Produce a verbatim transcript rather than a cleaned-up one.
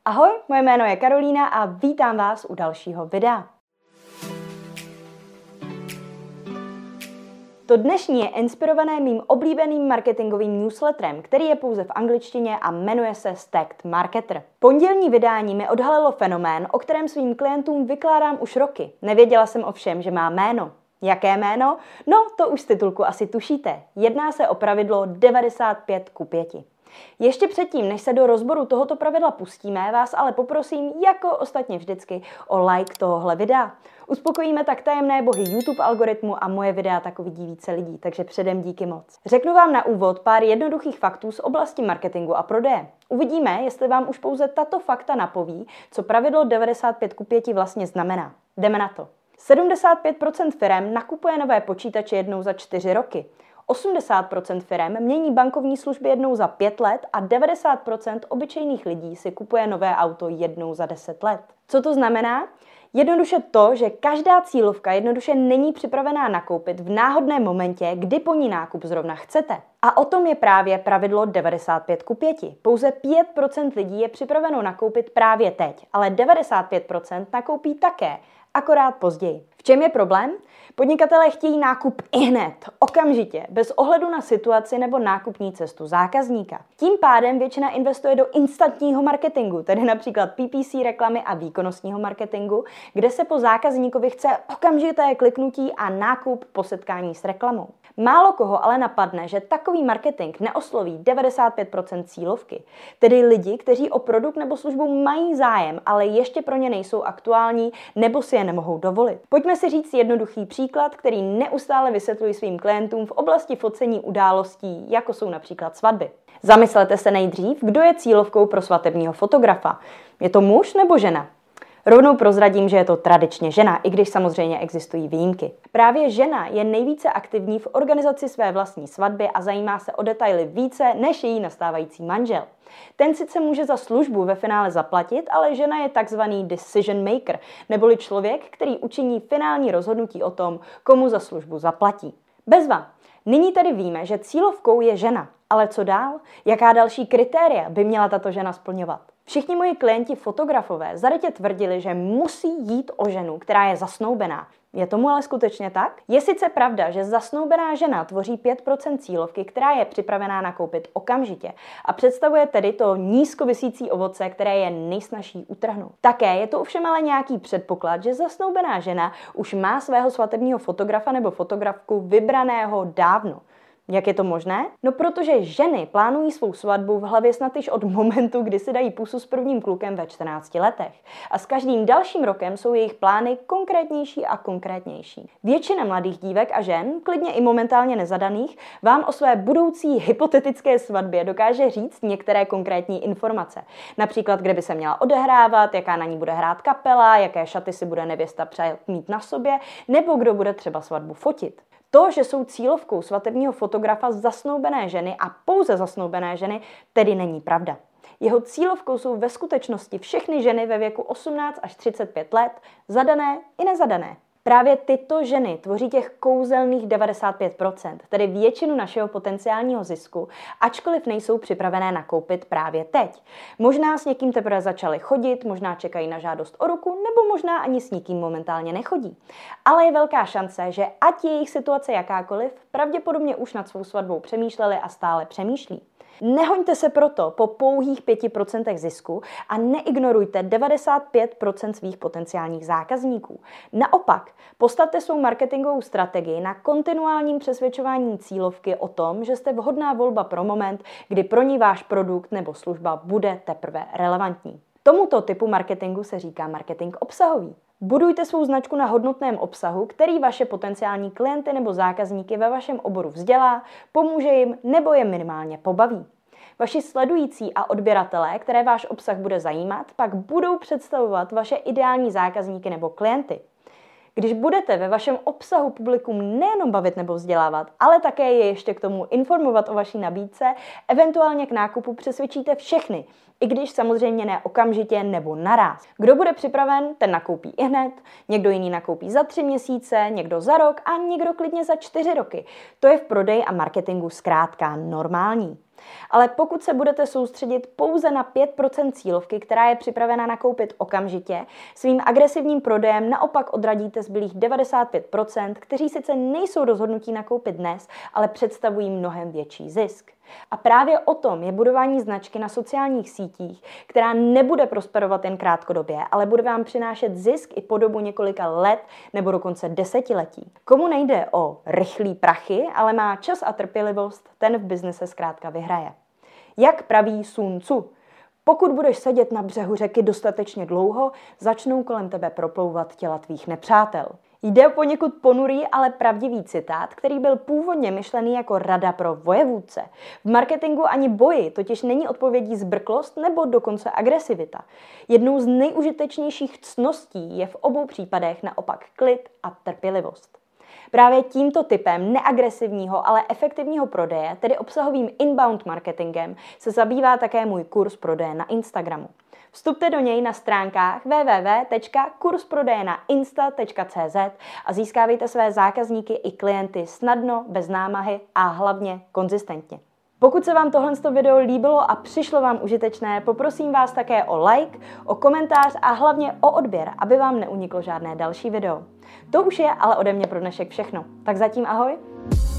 Ahoj, moje jméno je Karolína a vítám vás u dalšího videa. To dnešní je inspirované mým oblíbeným marketingovým newsletterem, který je pouze v angličtině a jmenuje se Stacked Marketer. Pondělní vydání mi odhalilo fenomén, o kterém svým klientům vykládám už roky. Nevěděla jsem ovšem, že má jméno. Jaké jméno? No, to už z titulku asi tušíte. Jedná se o pravidlo devadesát pět ku pěti. Ještě předtím, než se do rozboru tohoto pravidla pustíme, vás ale poprosím, jako ostatně vždycky, o like tohohle videa. Uspokojíme tak tajemné bohy YouTube algoritmu a moje videa tak uvidí více lidí, takže předem díky moc. Řeknu vám na úvod pár jednoduchých faktů z oblasti marketingu a prodeje. Uvidíme, jestli vám už pouze tato fakta napoví, co pravidlo devadesát pět ku pěti vlastně znamená. Jdeme na to. sedmdesát pět procent firem nakupuje nové počítače jednou za čtyři roky. osmdesát procent firem mění bankovní služby jednou za pět let a devadesát procent obyčejných lidí si kupuje nové auto jednou za deset let. Co to znamená? Jednoduše to, že každá cílovka jednoduše není připravená nakoupit v náhodném momentě, kdy po ní nákup zrovna chcete. A o tom je právě pravidlo devadesát pět ku pěti. Pouze pět procent lidí je připraveno nakoupit právě teď, ale devadesát pět procent nakoupí také, akorát později. V čem je problém? Podnikatelé chtějí nákup ihned, okamžitě, bez ohledu na situaci nebo nákupní cestu zákazníka. Tím pádem většina investuje do instantního marketingu, tedy například P P C reklamy a výkonnostního marketingu, kde se po zákazníkovi chce okamžité kliknutí a nákup po setkání s reklamou. Málo koho ale napadne, že takový marketing neosloví devadesát pět procent cílovky, tedy lidi, kteří o produkt nebo službu mají zájem, ale ještě pro ně nejsou aktuální nebo si je nemohou dovolit. Pojďme si říct jednoduchý příklad, který neustále vysvětluji svým klientům v oblasti focení událostí, jako jsou například svatby. Zamyslete se nejdřív, kdo je cílovkou pro svatebního fotografa. Je to muž nebo žena? Rovnou prozradím, že je to tradičně žena, i když samozřejmě existují výjimky. Právě žena je nejvíce aktivní v organizaci své vlastní svatby a zajímá se o detaily více než její nastávající manžel. Ten sice může za službu ve finále zaplatit, ale žena je takzvaný decision maker, neboli člověk, který učiní finální rozhodnutí o tom, komu za službu zaplatí. Bezva. Nyní tedy víme, že cílovkou je žena. Ale co dál? Jaká další kritéria by měla tato žena splňovat? Všichni moji klienti fotografové zarytě tvrdili, že musí jít o ženu, která je zasnoubená. Je tomu ale skutečně tak? Je sice pravda, že zasnoubená žena tvoří pět procent cílovky, která je připravená nakoupit okamžitě a představuje tedy to nízkovisící ovoce, které je nejsnažší utrhnout. Také je to ovšem ale nějaký předpoklad, že zasnoubená žena už má svého svatebního fotografa nebo fotografku vybraného dávno. Jak je to možné? No protože ženy plánují svou svatbu v hlavě snad již od momentu, kdy si dají pusu s prvním klukem ve čtrnácti letech. A s každým dalším rokem jsou jejich plány konkrétnější a konkrétnější. Většina mladých dívek a žen, klidně i momentálně nezadaných, vám o své budoucí hypotetické svatbě dokáže říct některé konkrétní informace. Například, kde by se měla odehrávat, jaká na ní bude hrát kapela, jaké šaty si bude nevěsta přát mít na sobě, nebo kdo bude třeba svatbu fotit. To, že jsou cílovkou svatebního fotografa zasnoubené ženy a pouze zasnoubené ženy, tedy není pravda. Jeho cílovkou jsou ve skutečnosti všechny ženy ve věku osmnáct až třicet pět let, zadané i nezadané. Právě tyto ženy tvoří těch kouzelných devadesát pět procent, tedy většinu našeho potenciálního zisku, ačkoliv nejsou připravené nakoupit právě teď. Možná s někým teprve začaly chodit, možná čekají na žádost o ruku, nebo možná ani s nikým momentálně nechodí. Ale je velká šance, že ať je jejich situace jakákoliv, pravděpodobně už nad svou svatbou přemýšleli a stále přemýšlí. Nehoňte se proto po pouhých pěti procentech zisku a neignorujte devadesát pět procent svých potenciálních zákazníků. Naopak, postavte svou marketingovou strategii na kontinuálním přesvědčování cílovky o tom, že jste vhodná volba pro moment, kdy pro ní váš produkt nebo služba bude teprve relevantní. Tomuto typu marketingu se říká marketing obsahový. Budujte svou značku na hodnotném obsahu, který vaše potenciální klienty nebo zákazníky ve vašem oboru vzdělá, pomůže jim nebo je minimálně pobaví. Vaši sledující a odběratelé, které váš obsah bude zajímat, pak budou představovat vaše ideální zákazníky nebo klienty. Když budete ve vašem obsahu publikum nejenom bavit nebo vzdělávat, ale také je ještě k tomu informovat o vaší nabídce, eventuálně k nákupu přesvědčíte všechny, i když samozřejmě ne okamžitě nebo naráz. Kdo bude připraven, ten nakoupí ihned, někdo jiný nakoupí za tři měsíce, někdo za rok a někdo klidně za čtyři roky. To je v prodeji a marketingu zkrátka normální. Ale pokud se budete soustředit pouze na pět procent cílovky, která je připravena nakoupit okamžitě, svým agresivním prodejem naopak odradíte zbylých devadesát pět procent, kteří sice nejsou rozhodnutí nakoupit dnes, ale představují mnohem větší zisk. A právě o tom je budování značky na sociálních sítích, která nebude prosperovat jen krátkodobě, ale bude vám přinášet zisk i po dobu několika let nebo dokonce desetiletí. Komu nejde o rychlý prachy, ale má čas a trpělivost, ten v biznise zkrátka vyhraje. Jak praví Sun Tzu? Pokud budeš sedět na břehu řeky dostatečně dlouho, začnou kolem tebe proplouvat těla tvých nepřátel. Jde o poněkud ponurý, ale pravdivý citát, který byl původně myšlený jako rada pro vojevůdce. V marketingu ani boji totiž není odpovědí zbrklost nebo dokonce agresivita. Jednou z nejužitečnějších ctností je v obou případech naopak klid a trpělivost. Právě tímto typem neagresivního, ale efektivního prodeje, tedy obsahovým inbound marketingem, se zabývá také můj kurz prodeje na Instagramu. Vstupte do něj na stránkách w w w tečka kurzprodejenainsta tečka c z a získávejte své zákazníky i klienty snadno, bez námahy a hlavně konzistentně. Pokud se vám tohle video líbilo a přišlo vám užitečné, poprosím vás také o like, o komentář a hlavně o odběr, aby vám neuniklo žádné další video. To už je ale ode mě pro dnešek všechno. Tak zatím ahoj!